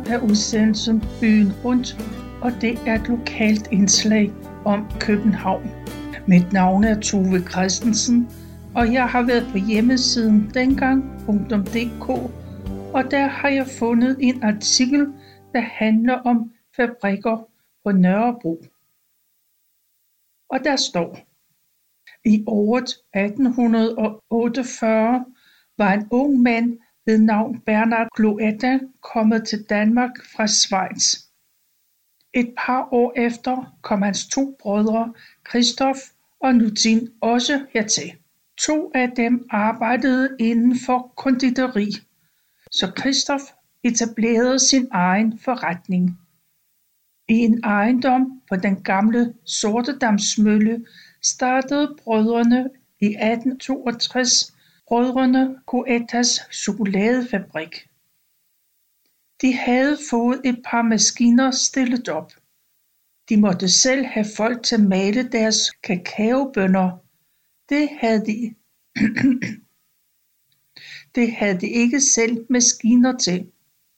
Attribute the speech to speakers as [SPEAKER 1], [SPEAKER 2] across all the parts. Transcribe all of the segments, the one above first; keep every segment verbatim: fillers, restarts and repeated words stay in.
[SPEAKER 1] af udsendelsen Byen Rundt, og det er et lokalt indslag om København. Mit navn er Tove Christensen, og jeg har været på hjemmesiden dengang punktum d k, og der har jeg fundet en artikel, der handler om fabrikker på Nørrebro. Og der står: i året atten otteogfyrre var en ung mand ved navn Bernard Cloetta kommet til Danmark fra Schweiz. Et par år efter kom hans to brødre, Christoph og Nutin, også hertil. To af dem arbejdede inden for konditori, så Christoph etablerede sin egen forretning. I en ejendom på den gamle Sortedamsmølle startede brødrene i atten toogtres brødrene Cloettas chokoladefabrik. De havde fået et par maskiner stillet op. De måtte selv have folk til at male deres kakaobønner. Det havde de Det havde de ikke selv maskiner til.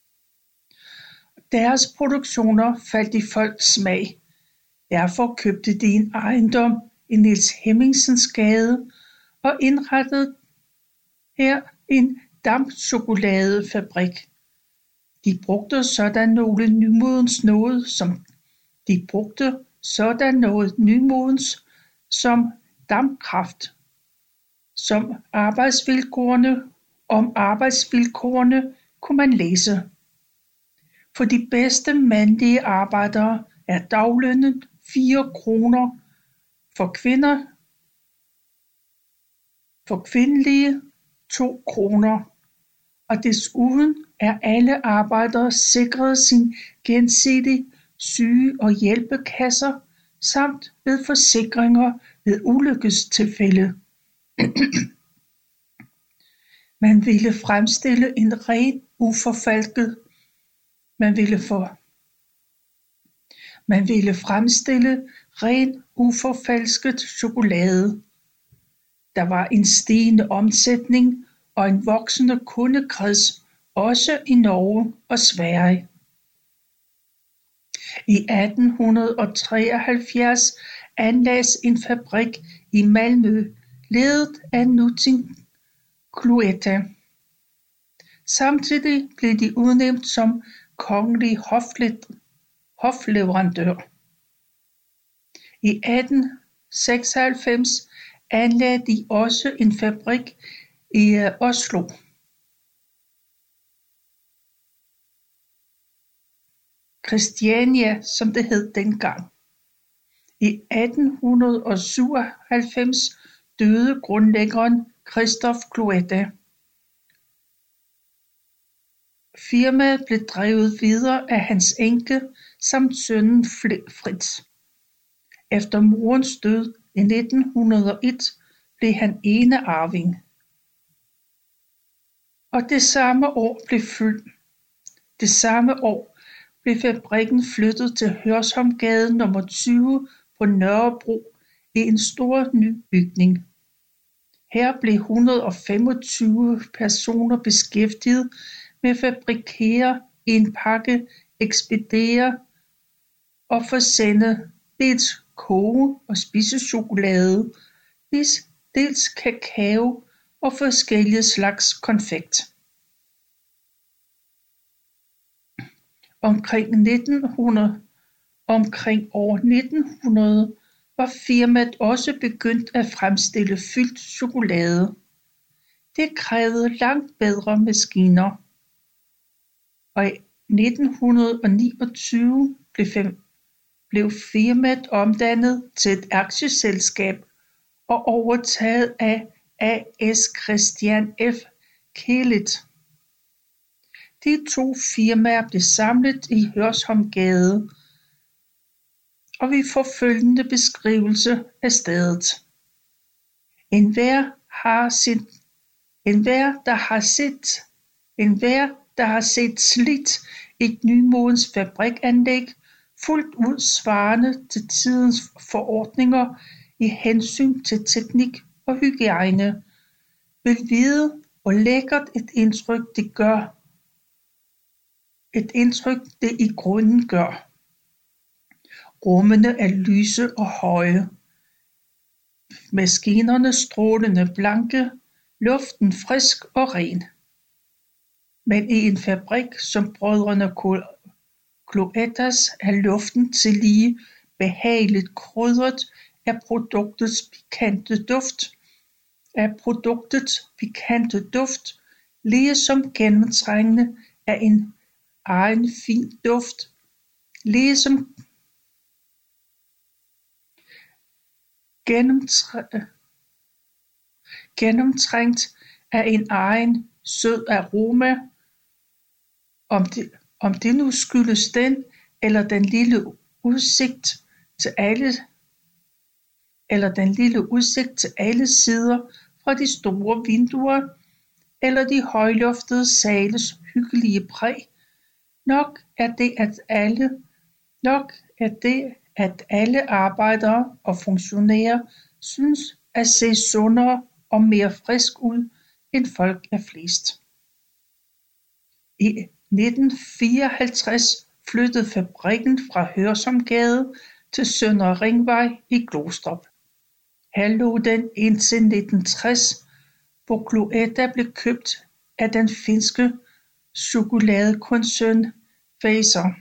[SPEAKER 1] Deres produktioner faldt i folks smag. Derfor købte de en ejendom i Niels Hemmingsens Gade og indrettede her en dampchokoladefabrik. De brugte sådan nogle nymodens noget som de brugte sådan noget nymodens som dampkraft. Som arbejdsvilkårene om arbejdsvilkårene kunne man læse: for de bedste mandlige arbejdere er daglønnen fire kroner, for kvinder for kvindelige to kroner, og desuden er alle arbejdere sikret sin gensidige syge- og hjælpekasser samt ved forsikringer ved ulykkestilfælde. Man ville fremstille en ren uforfalsket man ville for man ville fremstille ren uforfalsket chokolade. Der var en stigende omsætning og en voksende kundekreds også i Norge og Sverige. I atten treoghalvfjerds anlagdes en fabrik i Malmø, ledet af Nutin Cloetta. Samtidig blev de udnævnt som kongelig hofleverandør. I atten seksoghalvfems anlagde de også en fabrik i Oslo. Christiania, som det hed dengang. I atten syvoghalvfems døde grundlæggeren Christoph Cloetta. Firmaet blev drevet videre af hans enke samt sønnen Fritz. Efter morens død i nitten hundrede og en blev han enearving. Og det samme år blev fyldt. Det samme år blev fabrikken flyttet til Hørsholmgade nummer tyve på Nørrebro i en stor ny bygning. Her blev et hundrede og femogtyve personer beskæftiget med at fabrikere, indpakke, ekspedere og forsende dels koge- og spisechokolade, dels, dels kakao og forskellige slags konfekt. Omkring nitten hundrede, omkring år nitten hundrede var firmaet også begyndt at fremstille fyldt chokolade. Det krævede langt bedre maskiner, og i nitten niogtyve blev, blev firmaet omdannet til et aktieselskab og overtaget af A S Christian F. Kehlet. De to firmaer blev samlet i Hørsholmgade, og vi får følgende beskrivelse af stedet. Enhver har sit enhver der har set enhver der har set slidt et nymodens fabrikanlæg fuldt ud svarende til tidens forordninger i hensyn til teknik og hygiejne, vil vide, hvor lækkert et indtryk det gør. et indtryk det i grunden gør. Rummene er lyse og høje, maskinerne strålende blanke, luften frisk og ren. Men i en fabrik som brødrene Cloetas er luften tillige behageligt krydret af produktets pikante duft, af produktets pikante duft, ligesom gennemtrængende af en egen fin duft, ligesom gennemtræ- gennemtrængt af en egen sød aroma, om det, om det nu skyldes den eller den lille udsigt til alle eller den lille udsigt til alle sider fra de store vinduer, eller de højloftede sales hyggelige præg. Nok er det, at alle, nok er det, at alle arbejdere og funktionærer synes at se sundere og mere frisk ud, end folk er flest. I nitten fireoghalvtreds flyttede fabrikken fra Hørsholmgade til Søndre Ringvej i Glostrup. Her lå den indtil nitten tres, hvor Cloetta blev købt af den finske chokoladekoncern Fazer.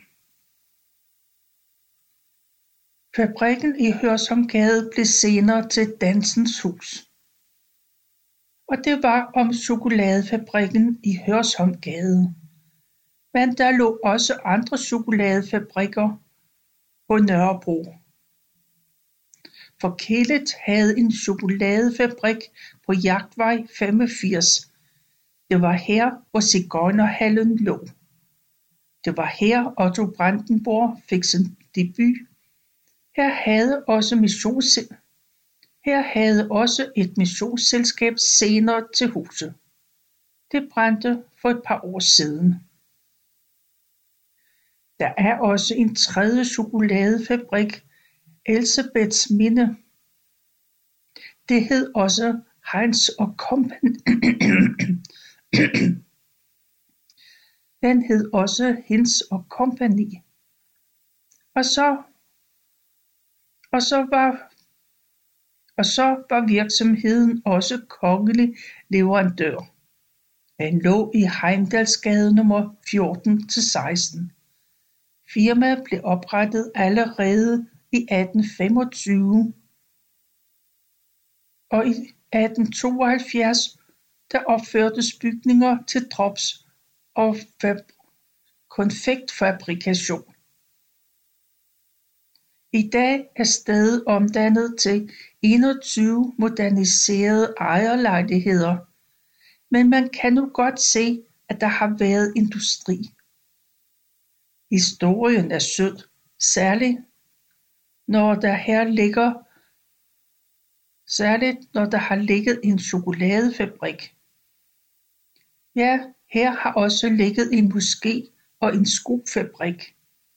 [SPEAKER 1] Fabrikken i Hørsholmgade blev senere til Dansens Hus. Og det var om chokoladefabrikken i Hørsholmgade. Men der lå også andre chokoladefabrikker på Nørrebro. For Kjellet havde en chokoladefabrik på Jagtvej femogfirs. Det var her, hvor Sigøjnerhallen lå. Det var her, Otto Brandenburg fik sin debut. Her havde også missions Her havde også et missionsselskab senere til huse. Det brændte for et par år siden. Der er også en tredje chokoladefabrik, Elsebeths Minde. Det hed også Heinz og Company. Den hed også Heinz og Company. Og så og så var og så var virksomheden også kongelig leverandør. Den lå i Heimdalsgade nummer fjorten til seksten. Firmaet blev oprettet allerede i atten femogtyve, og i atten tooghalvfjerds der opførtes bygninger til drops og fab- konfektfabrikation. I dag er stedet omdannet til enogtyve moderniserede ejerlejligheder, men man kan nu godt se, at der har været industri. Historien er sød, særligt når der her ligger særligt når der har ligget en chokoladefabrik. Ja, her har også ligget en moské og en skofabrik.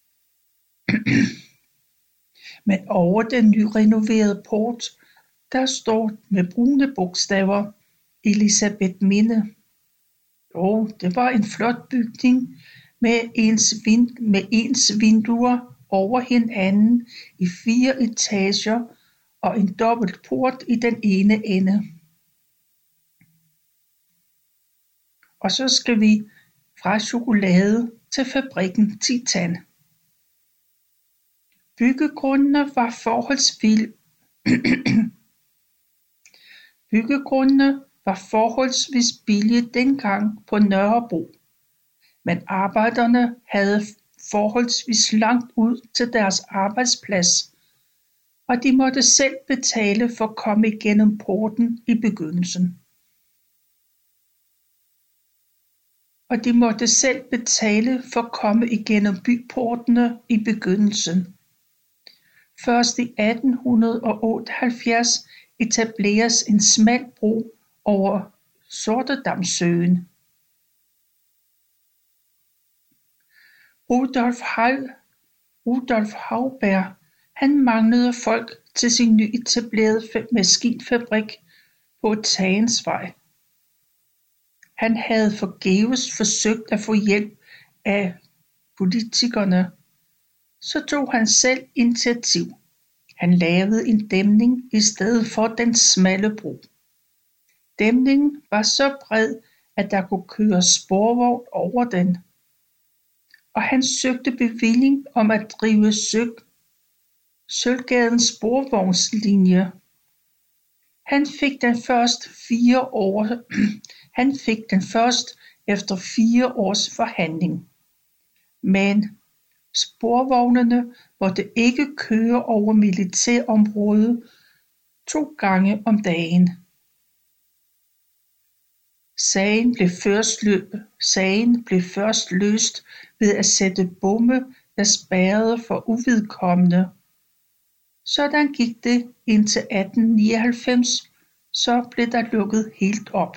[SPEAKER 1] Men over den nyrenoverede port, der står med brune bogstaver Elisabeth Minde. Jo, det var en flot bygning med ens, vind, med ens vinduer over hinanden i fire etager og en dobbelt port i den ene ende. Og så skal vi fra chokolade til fabrikken Titan. Byggegrundene var forholdsvis Byggegrundene var forholdsvis billige dengang på Nørrebro, men arbejderne havde forholdsvis langt ud til deres arbejdsplads, og de måtte selv betale for at komme igennem porten i begyndelsen. Og de måtte selv betale for at komme igennem byportene i begyndelsen. Først i atten otteoghalvfjerds etableres en smal bro over Sortedamsøen. Rudolf, Hall, Rudolf Hauberg, han manglede folk til sin nyetablerede maskinfabrik på Tagensvej. Han havde forgæves forsøgt at få hjælp af politikerne, så tog han selv initiativ. Han lavede en dæmning i stedet for den smalle bro. Dæmningen var så bred, at der kunne køre sporvogn over den, og han søgte bevilling om at drive Sø- Sølvgadens sporvognslinje. Han fik den først fire år. Han fik den først efter fire års forhandling. Men sporvognene måtte ikke køre over militærområdet to gange om dagen. Sagen blev først, lø- sagen blev først løst ved at sætte bomme, der spærrede for uvedkommende. Sådan gik det indtil atten nioghalvfems, så blev der lukket helt op.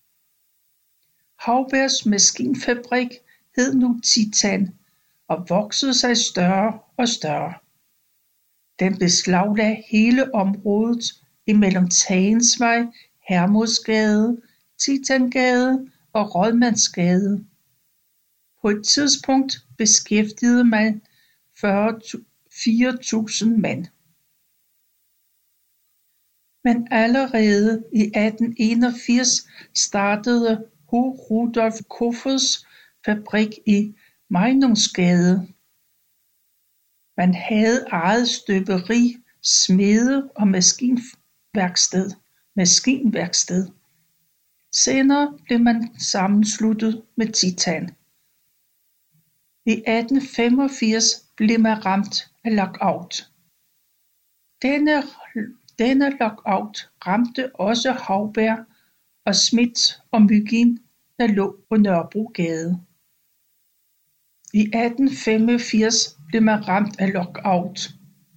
[SPEAKER 1] Haubergs maskinfabrik hed nu Titan og voksede sig større og større. Den beslaglagde hele området imellem Tagensvej, Hermodsgade, Titangade og Rådmandsgade. På et tidspunkt beskæftigede man fire tusind mand. Men allerede i atten enogfirs startede H. Rudolf Kofoeds fabrik i Mejnungsgade. Man havde eget støberi, smede og maskinværksted. maskinværksted. Senere blev man sammensluttet med Titan. I atten femogfirs blev man ramt af lockout. Denne, denne lockout ramte også Hauberg og Schmidt og Mygin, der lå på Nørrebrogade. I atten femogfirs blev man ramt af lockout.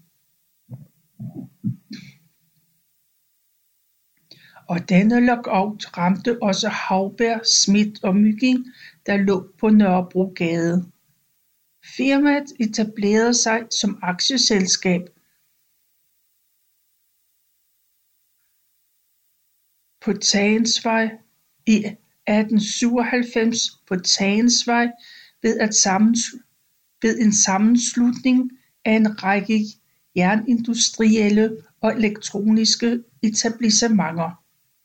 [SPEAKER 1] Og denne lockout ramte også Hauberg, Schmidt og Mygin, der lå på Nørrebrogade. Firmaet etablerede sig som aktieselskab på Tagensvej i atten syvoghalvfems på Tagensvej ved, at sammens- ved en sammenslutning af en række jernindustrielle og elektroniske etablissementer.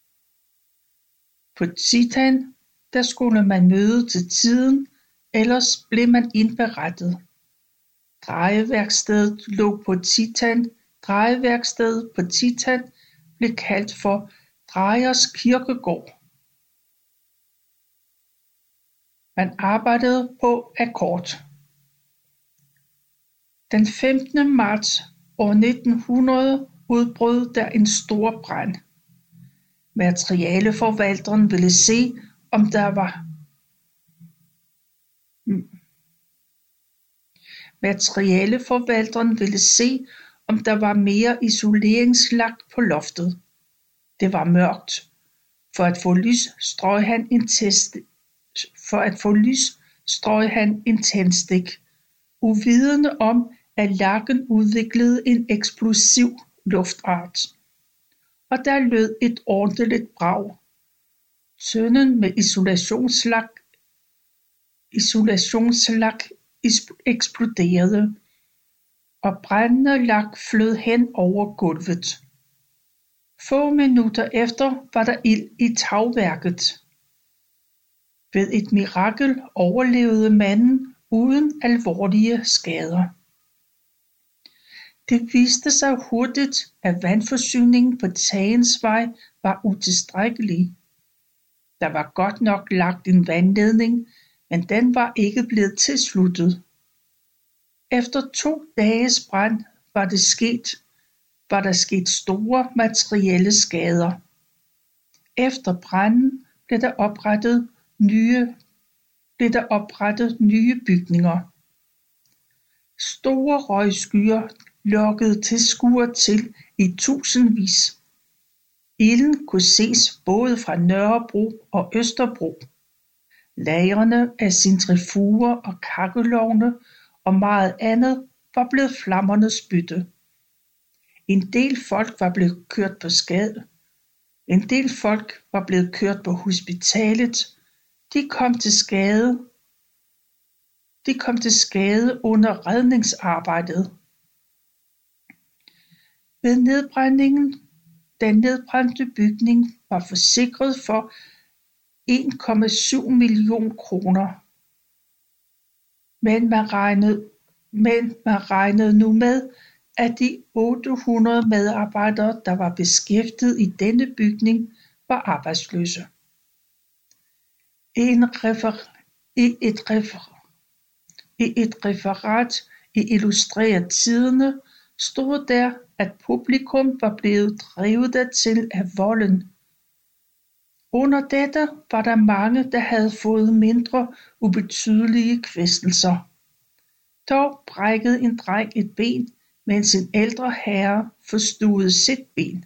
[SPEAKER 1] På Titan, der skulle man møde til tiden, ellers blev man indberettet. Drejeværkstedet lå på Titan. Drejeværkstedet på Titan blev kaldt for Drejers Kirkegård. Man arbejdede på akkord. Den femtende marts år nitten hundrede udbrød der en stor brand. Materialeforvalteren ville se, om der var Materialeforvalteren ville se, om der var mere isoleringslak på loftet. Det var mørkt. For at få lys strøg han en test. For at få lys strøg han en tændstik, uvidende om, at lakken udviklede en eksplosiv luftart. Og der lød et ordentligt brag. Tønden med isolationslak, isolationslak eksploderede, og brændende lak flød hen over gulvet. Få minutter efter var der ild i tagværket. Ved et mirakel overlevede manden uden alvorlige skader. Det viste sig hurtigt, at vandforsyningen på Tagensvej var utilstrækkelig. Der var godt nok lagt en vandledning, men den var ikke blevet tilsluttet. Efter to dages brand var, det sket, var der sket store materielle skader. Efter branden blev der oprettet nye, blev der oprettet nye bygninger. Store røgskyer lokkede tilskuere til i tusindvis. Ilden kunne ses både fra Nørrebro og Østerbro. Lagrene af centrifuger og kakkelovne og meget andet var blevet flammernes bytte. En del folk var blevet kørt på skade. En del folk var blevet kørt på hospitalet. De kom til skade. de kom til skade under redningsarbejdet. Ved nedbrændingen, den nedbrændte bygning var forsikret for en komma syv million kroner. Men man regnede, men man regnede nu med, at de otte hundrede medarbejdere, der var beskæftiget i denne bygning, var arbejdsløse. En refer- i, et refer- I et referat i Illustreret Tidende stod der, at publikum var blevet drevet dertil af volden. Under dette var der mange, der havde fået mindre ubetydelige kvæstelser. Dog brækkede en dreng et ben, mens en ældre herre forstuede sit ben.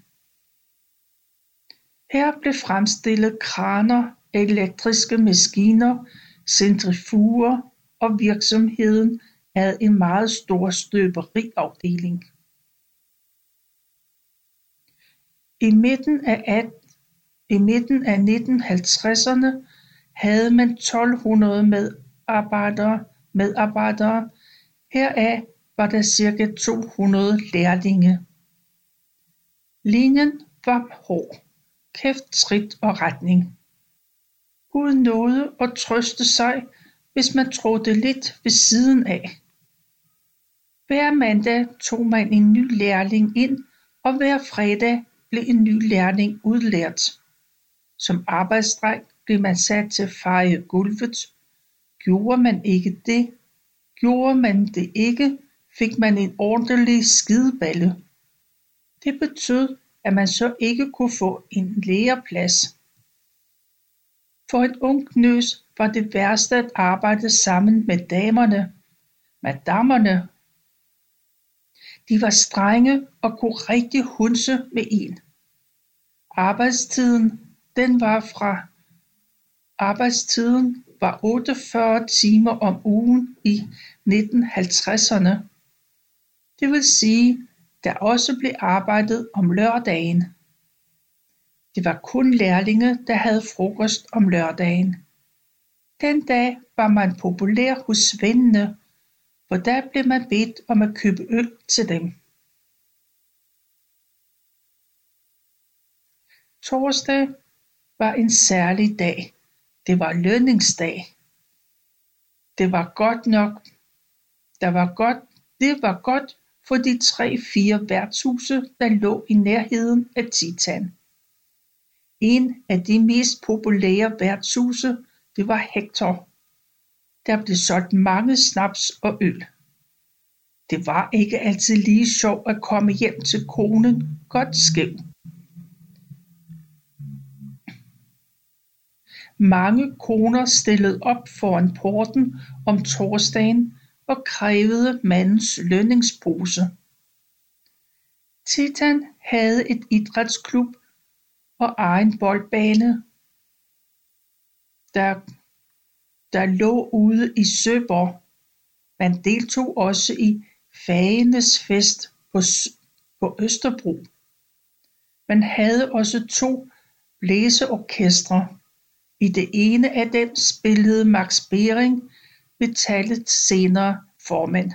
[SPEAKER 1] Her blev fremstillet kraner, elektriske maskiner, centrifuger, og virksomheden havde en meget stor støberiafdeling. I midten af, i midten af nitten halvtredserne havde man tolv hundrede medarbejdere, medarbejdere. Heraf var der cirka to hundrede lærlinge. Linjen var hård, kæft, trit og retning. Gud nåede at trøste sig, hvis man trådte lidt ved siden af. Hver mandag tog man en ny lærling ind, og hver fredag blev en ny lærling udlært. Som arbejdsdreng blev man sat til at feje gulvet. Gjorde man ikke det, gjorde man det ikke, fik man en ordentlig skideballe. Det betød, at man så ikke kunne få en læreplads. For en ung knøs var det værste at arbejde sammen med damerne. Madammerne. De var strenge og kunne rigtig hunse med en. Arbejdstiden, den var fra Arbejdstiden var otteogfyrre timer om ugen i nitten halvtredserne. Det vil sige, der også blev arbejdet om lørdagen. Det var kun lærlinge, der havde frokost om lørdagen. Den dag var man populær hos vennene, for der blev man bedt om at købe øl til dem. Torsdag var en særlig dag. Det var lønningsdag. Det var godt nok. Der var godt, det var godt for de tre-fire værtshuse, der lå i nærheden af Titan. En af de mest populære værtshuse, det var Hector. Der blev solgt mange snaps og øl. Det var ikke altid lige sjovt at komme hjem til konen godt skæv. Mange koner stillede op foran porten om torsdagen og krævede mandens lønningspose. Titan havde et idrætsklub og egen boldbane, der, der lå ude i Søborg. Man deltog også i Fagenes Fest på, på Østerbro. Man havde også to blæseorkestre. I det ene af dem spillede Max Bering, Metallets senere formand.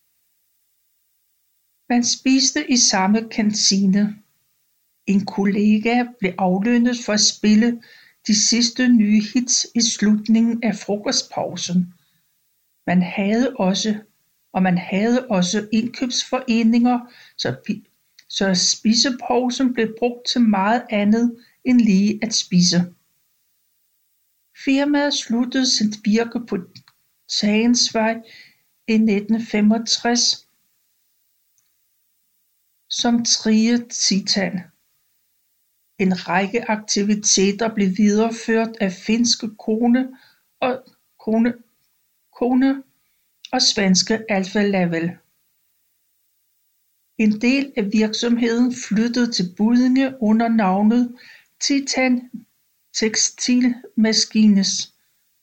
[SPEAKER 1] Man spiste i samme kantine. En kollega blev aflønnet for at spille de sidste nye hits i slutningen af frokostpausen. Man havde også, og man havde også indkøbsforeninger, så, så spisepausen blev brugt til meget andet end lige at spise. Firmaet sluttede sit virke på Tagensvej i nitten femogtres som Trio Titan. En række aktiviteter blev videreført af finske Kone og, Kone, Kone og svenske Alfa Laval. En del af virksomheden flyttede til Buddinge under navnet Titan Tekstilmaskines.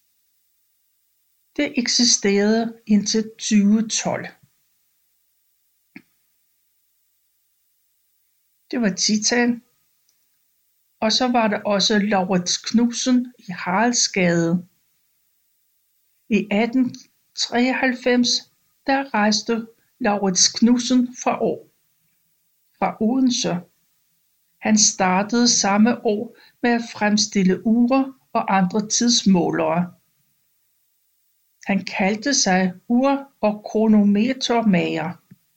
[SPEAKER 1] Det eksisterede indtil tyve tolv. Det var Titan. Og så var der også Laurits Knudsen i Haraldsgade. I atten treoghalvfems der rejste Laurits Knudsen fra, år, fra Odense. Han startede samme år med at fremstille ure og andre tidsmålere. Han kaldte sig ur- og kronometermager.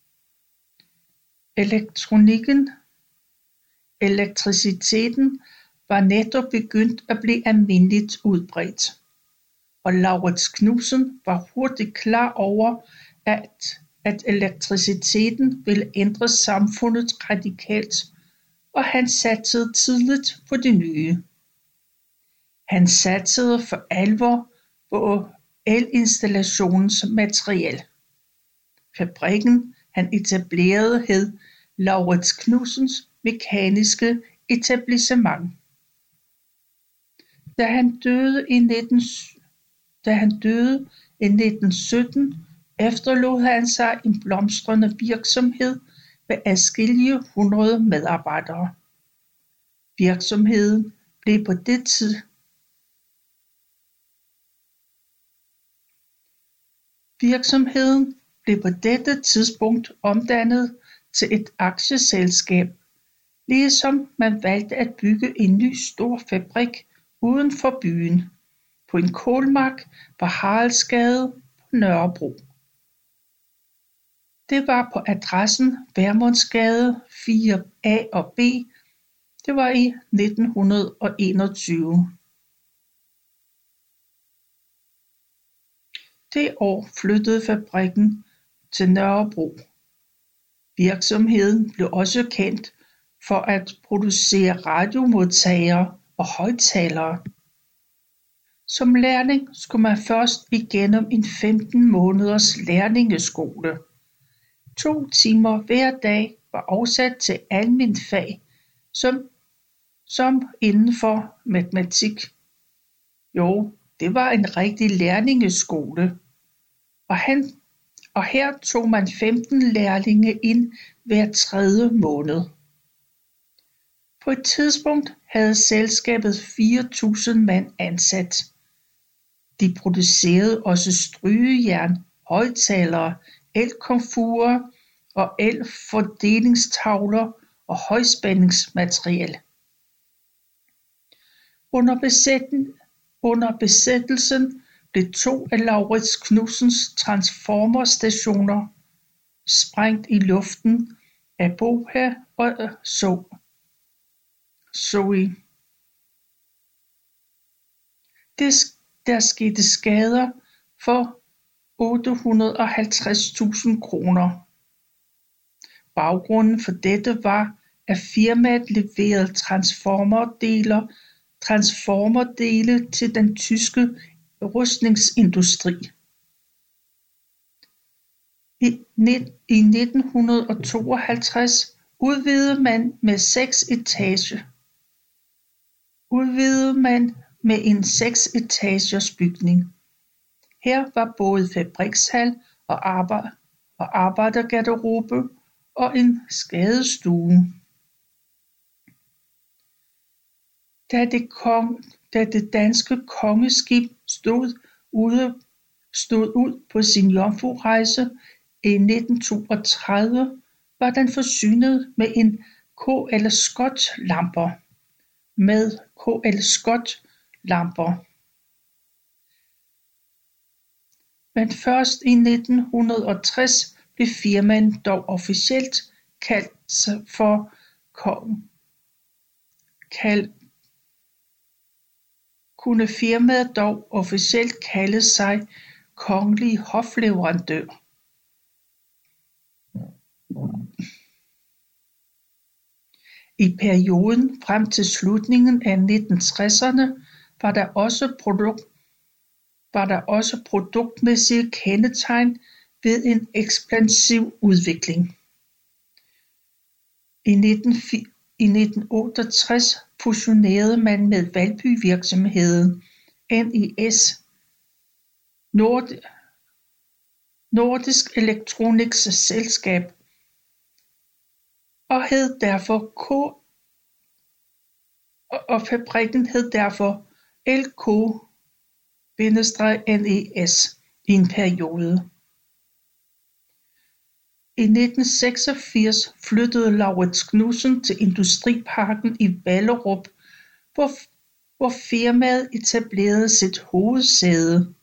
[SPEAKER 1] Elektronikken, elektriciteten var netop begyndt at blive almindeligt udbredt, og Laurits Knudsen var hurtigt klar over, at, at elektriciteten ville ændre samfundet radikalt, og han satsede tidligt på det nye. Han satsede for alvor på elinstallationens materiel. Fabrikken han etablerede hed Laurits Knudsens Mekaniske Etablissement. Da han døde i nitten Da han døde i nitten sytten, efterlod han sig en blomstrende virksomhed med adskillige hundrede medarbejdere. Virksomheden blev på det tid Virksomheden blev på dette tidspunkt omdannet til et aktieselskab, ligesom man valgte at bygge en ny stor fabrik uden for byen, på en kålmark på Haraldsgade på Nørrebro. Det var på adressen Vermundsgade fire A og B. Det var i nitten enogtyve. Det år flyttede fabrikken til Nørrebro. Virksomheden blev også kendt for at producere radiomodtagere og højttalere. Som lærling skulle man først igennem en femten måneders lærlingeskole. To timer hver dag var afsat til alment fag, som, som inden for matematik. Jo, det var en rigtig lærlingeskole, og, han, og her tog man femten lærlinge ind hver tredje måned. På et tidspunkt havde selskabet fire tusind mand ansat. De producerede også strygejern, højttalere, elkomfurer og elfordelingstavler og højspændingsmateriel. Under, besætten, under besættelsen blev to af Laurits Knudsens transformerstationer sprængt i luften af Bogha og Zoe. Det, der skete skader for ottehundrede og halvtreds tusind kroner. Baggrunden for dette var, at firmaet leverede transformerdele, transformerdele til den tyske rustningsindustri. I, i nitten tooghalvtreds udvidede man med seks etager. Udvidede man med en seks etagers bygning. Her var både fabrikshal og, arbejde, og arbejdergarderobe og en skadestue. Da det, kong, da det danske kongeskib stod, ude, stod ud på sin jomfrurejse i nitten toogtredive, var den forsynet med en K L Scott lamper. Med K L Scott lamper. Men først i nitten tres blev firmaet dog officielt kaldt for Kong. Kald, kunne firmaet dog officielt kalde sig Kongelig Hofleverandør. I perioden frem til slutningen af nitten tresserne var der også produkt var der også produktmæssige kendetegn ved en ekspansiv udvikling. I nitten otteogtres fusionerede man med Valby-virksomheden N I S, Nord, Nordisk Elektronics Selskab, og hed derfor K og fabrikken hed derfor L K N E S. i en periode. I nitten seksogfirs flyttede Laurits Knudsen til Industriparken i Ballerup, hvor, hvor firmaet etablerede sit hovedsæde,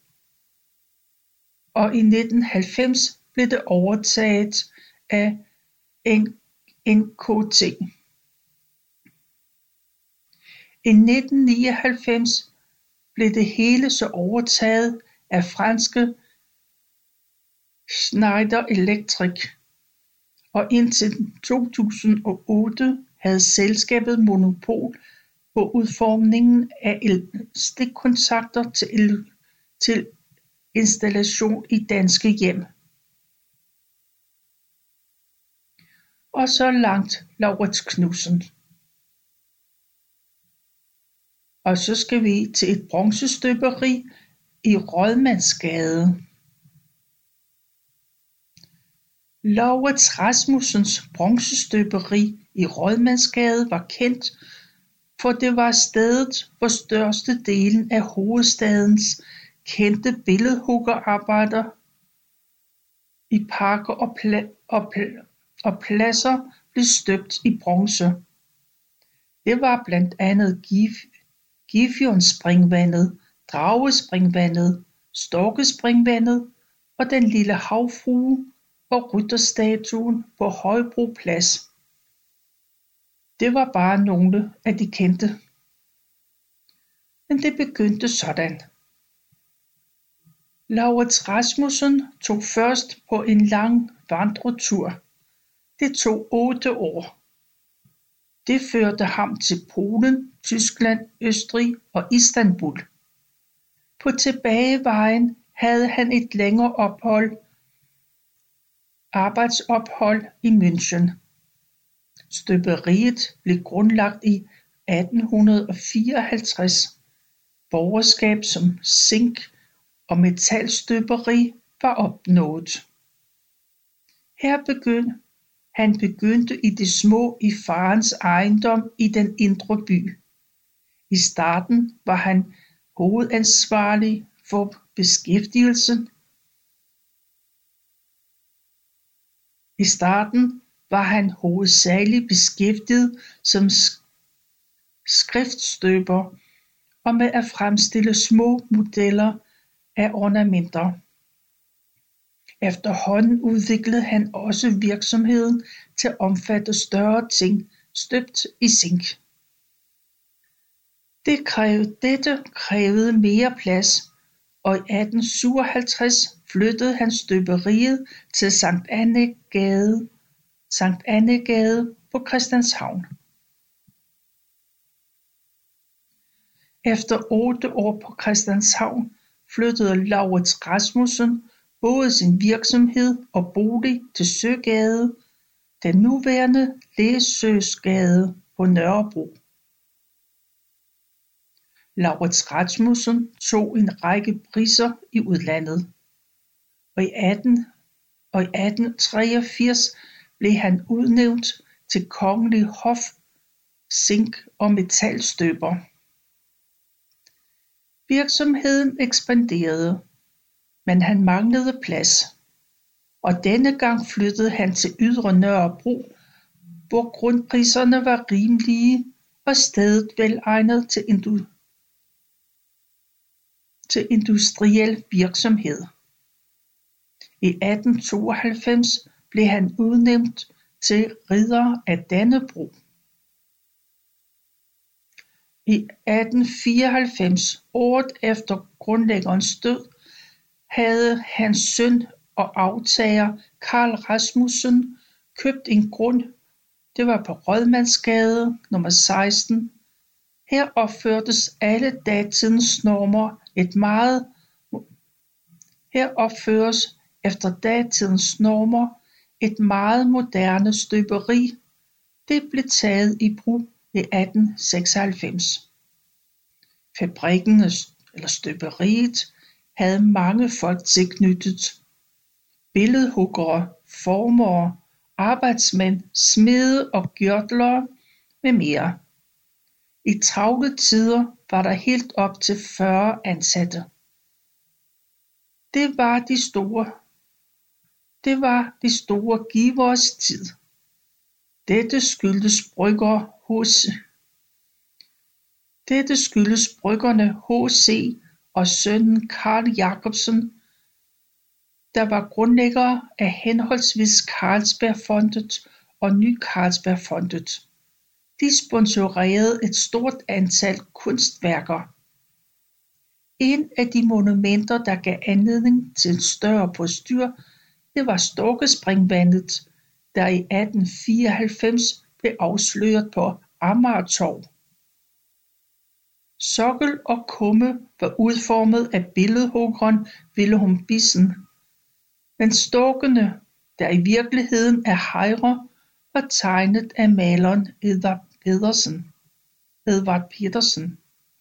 [SPEAKER 1] og i nitten halvfems blev det overtaget af N K T. I nitten nioghalvfems blev det hele så overtaget af franske Schneider Electric, og indtil to tusind og otte havde selskabet monopol på udformningen af stikkontakter til, til installation i danske hjem. Og så langt Laurits Knudsen. Og så skal vi til et bronzestøberi i Rådmandsgade. Laurits Rasmussens bronzestøberi i Rådmandsgade var kendt, for det var stedet, hvor størstedelen af hovedstadens kendte billedhuggerarbejder i parker og, pla- og, pl- og pladser blev støbt i bronze. Det var blandt andet Gif- Gifjordspringvandet, Dragespringvandet, Storkespringvandet og den lille havfrue og rytterstatuen på Højbro Plads. Det var bare nogle af de kendte. Men det begyndte sådan. Laurits Rasmussen tog først på en lang vandretur. Det tog otte år. Det førte ham til Polen, Tyskland, Østrig og Istanbul. På tilbagevejen havde han et længere ophold, arbejdsophold i München. Støberiet blev grundlagt i atten fireoghalvtreds. Borgerskab som zink- og metalstøberi var opnået. Her begyndte han begyndte i det små i farens ejendom i den indre by. I starten var han hovedansvarlig for beskæftigelsen. I starten var han hovedsageligt beskæftiget som skriftstøber og med at fremstille små modeller af ornamenter. Efterhånden udviklede han også virksomheden til at omfatte større ting støbt i zink. Det krævede, dette krævede mere plads, og i atten syvoghalvtreds flyttede han støberiet til Sankt Annæ Gade, Sankt Annæ Gade på Christianshavn. Efter otte år på Christianshavn flyttede Laurits Rasmussen både sin virksomhed og bolig til Søgade, den nuværende Læsøsgade på Nørrebro. Laurits Rasmussen tog en række priser i udlandet, og i, atten, og i atten treogfirs blev han udnævnt til Kongelig Hof Zink- og Metalstøber. Virksomheden ekspanderede, men han manglede plads, og denne gang flyttede han til Ydre Nørrebro, hvor grundpriserne var rimelige og stedet velegnet til, indu- til industriel virksomhed. I atten tooghalvfems blev han udnævnt til Ridder af Dannebrog. I atten fireoghalvfems, året efter grundlæggerens død, havde hans søn og aftager Carl Rasmussen købt en grund. Det var på Rådmandsgade nummer seksten. Her opførtes alle datidens normer et meget Her opføres efter datidens normer et meget moderne støberi. Det blev taget i brug i atten seksoghalvfems. Fabrikken eller støberiet havde mange folk tilknyttet: billedhuggere, formere, arbejdsmænd, smede og gjørtlere med mere. I travle tider var der helt op til fyrre ansatte. Det var de store, det var de store giveres tid. Dette skyldes brygger hos Dette skyldes bryggerne H C og sønnen Carl Jacobsen, der var grundlæggere af henholdsvis Carlsbergfondet og Ny Carlsbergfondet. De sponsorerede et stort antal kunstværker. En af de monumenter, der gav anledning til en større postyr, det var Storkespringvandet, der i atten fireoghalvfems blev afsløret på Amagertorv. Sokkel og kumme var udformet af billedhuggeren Vilhelm Bissen, men storkene, der i virkeligheden er hejrer, var tegnet af maleren Edvard Petersen. Edvard Petersen.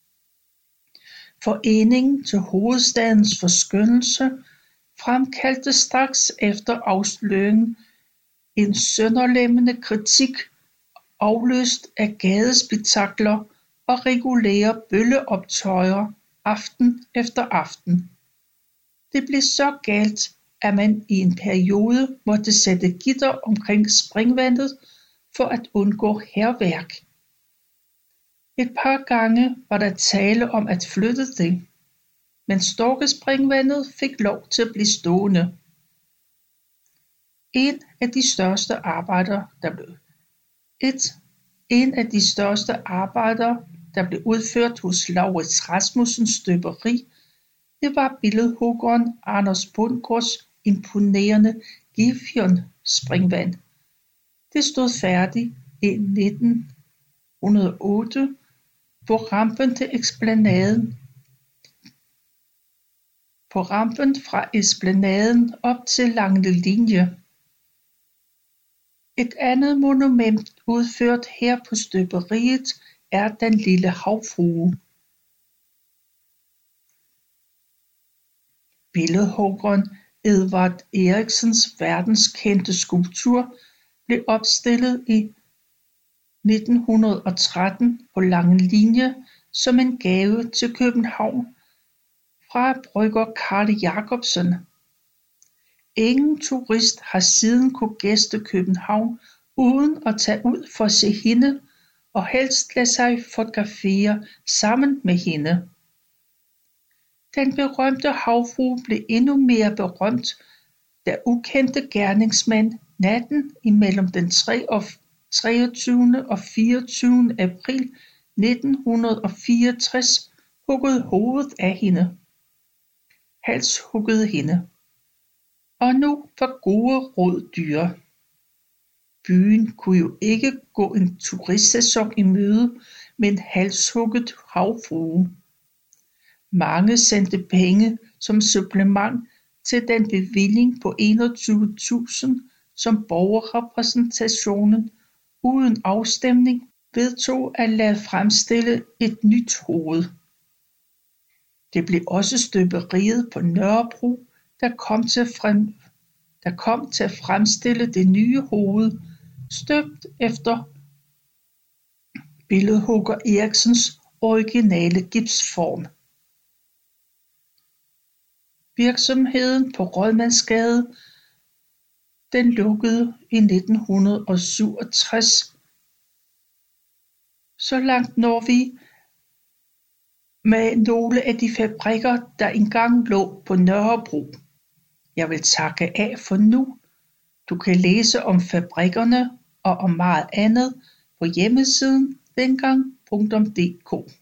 [SPEAKER 1] Foreningen til Hovedstadens Forskønnelse fremkaldte straks efter afsløringen en sønderlemmende kritik, afløst af gadespektakler og regulære bølleoptøjer aften efter aften. Det blev så galt, at man i en periode måtte sætte gitter omkring springvandet for at undgå hærværk. Et par gange var der tale om at flytte det, men Storkespringvandet fik lov til at blive stående. En af de største arbejder, der blev et en af de største arbejder, der blev udført hos Laurits Rasmussens støberi, det var billedhuggeren Anders Bundgaards imponerende Gefion springvand. Det stod færdigt i nitten hundrede og otte på rampen til Esplanaden. På rampen fra Esplanaden op til Lange Linje. Et andet monument udført her på støberiet er den lille havfrue. Billedhuggeren Edvard Eriksens verdenskendte skulptur blev opstillet i nitten hundrede og tretten på Lange Linje som en gave til København fra brygger Carl Jacobsen. Ingen turist har siden kunne gæste København uden at tage ud for at se hende og helst lade sig fotografere sammen med hende. Den berømte havfrue blev endnu mere berømt, da ukendte gerningsmænd natten imellem den treogtyvende og fireogtyvende april nitten hundrede og fireogtres huggede hovedet af hende. Halshuggede hende. Og nu var gode råd dyre. Byen kunne jo ikke gå en turistsæson i møde med en halshugget havfrue. Mange sendte penge som supplement til den bevilling på enogtyve tusind, som borgerrepræsentationen uden afstemning vedtog at lade fremstille et nyt hoved. Det blev også støberiet på Nørrebro, der kom til, frem, der kom til at fremstille det nye hoved, støbt efter billedhugger Eriksens originale gipsform. Virksomheden på Rådmandsgade, den lukkede i nitten hundrede og syvogtres. Så langt når vi med nogle af de fabrikker, der engang lå på Nørrebro. Jeg vil takke af for nu. Du kan læse om fabrikkerne og om meget andet på hjemmesiden dengang punktum d k.